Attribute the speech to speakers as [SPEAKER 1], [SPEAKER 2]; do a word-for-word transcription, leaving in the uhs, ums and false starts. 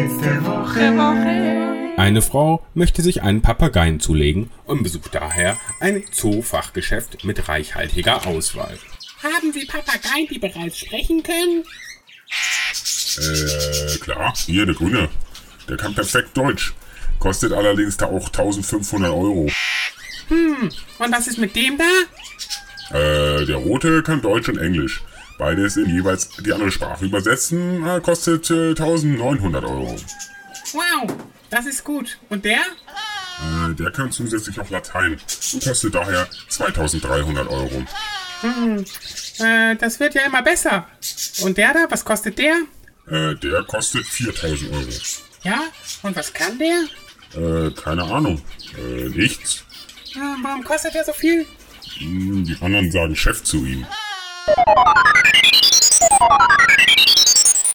[SPEAKER 1] Letzte Woche, Woche.
[SPEAKER 2] Eine Frau möchte sich einen Papageien zulegen und besucht daher ein Zoofachgeschäft mit reichhaltiger Auswahl.
[SPEAKER 3] Haben Sie Papageien, die bereits sprechen können?
[SPEAKER 4] Äh, klar. Hier, der Grüne. Der kann perfekt Deutsch. Kostet allerdings da auch eintausendfünfhundert Euro.
[SPEAKER 3] Hm, und was ist mit dem da?
[SPEAKER 4] Äh, der Rote kann Deutsch und Englisch. Beides in jeweils die andere Sprache übersetzen, äh, kostet äh, eintausendneunhundert Euro.
[SPEAKER 3] Wow, das ist gut. Und der?
[SPEAKER 4] Äh, der kann zusätzlich auch Latein und kostet daher zweitausenddreihundert Euro.
[SPEAKER 3] Hm, äh, das wird ja immer besser. Und der da, was kostet der?
[SPEAKER 4] Äh, der kostet viertausend Euro.
[SPEAKER 3] Ja, und was kann der?
[SPEAKER 4] Äh, keine Ahnung. Äh, nichts.
[SPEAKER 3] Äh, warum kostet der so viel?
[SPEAKER 4] Hm, die anderen sagen Chef zu ihm.